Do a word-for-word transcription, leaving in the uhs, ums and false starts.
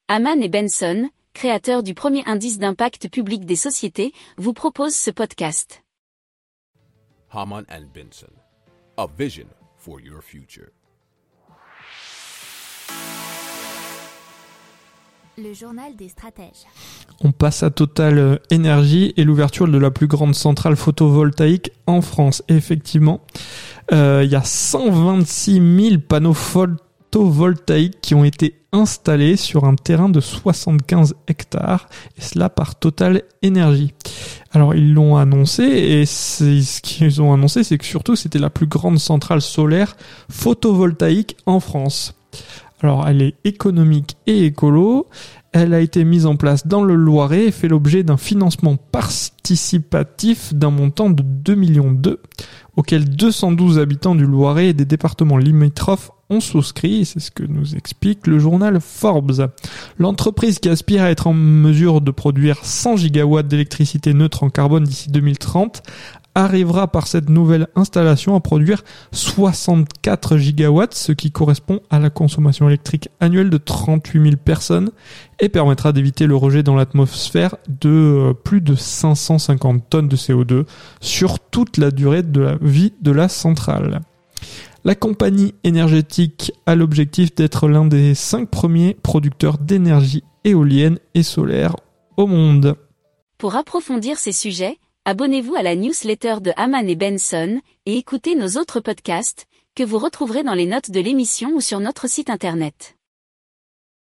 Hamann et Benson, créateurs du premier indice d'impact public des sociétés, vous proposent ce podcast. Hamann and Benson, a vision for your future. Le journal des stratèges. On passe à Total Énergie et l'ouverture de la plus grande centrale photovoltaïque en France. Et effectivement, euh, il y a cent vingt-six mille panneaux photovoltaïques qui ont été installés sur un terrain de soixante-quinze hectares, et cela par Total Énergie. Alors ils l'ont annoncé, et c'est, ce qu'ils ont annoncé, c'est que surtout c'était la plus grande centrale solaire photovoltaïque en France. Alors, elle est économique et écolo. Elle a été mise en place dans le Loiret et fait l'objet d'un financement participatif d'un montant de deux virgule deux millions, auquel deux cent douze habitants du Loiret et des départements limitrophes ont souscrit, et c'est ce que nous explique le journal Forbes. L'entreprise qui aspire à être en mesure de produire cent gigawatts d'électricité neutre en carbone d'ici deux mille trente arrivera par cette nouvelle installation à produire soixante-quatre gigawatts, ce qui correspond à la consommation électrique annuelle de trente-huit mille personnes et permettra d'éviter le rejet dans l'atmosphère de plus de cinq cent cinquante tonnes de C O deux sur toute la durée de la vie de la centrale. La compagnie énergétique a l'objectif d'être l'un des cinq premiers producteurs d'énergie éolienne et solaire au monde. Pour approfondir ces sujets, abonnez-vous à la newsletter de Hamann et Benson et écoutez nos autres podcasts que vous retrouverez dans les notes de l'émission ou sur notre site internet.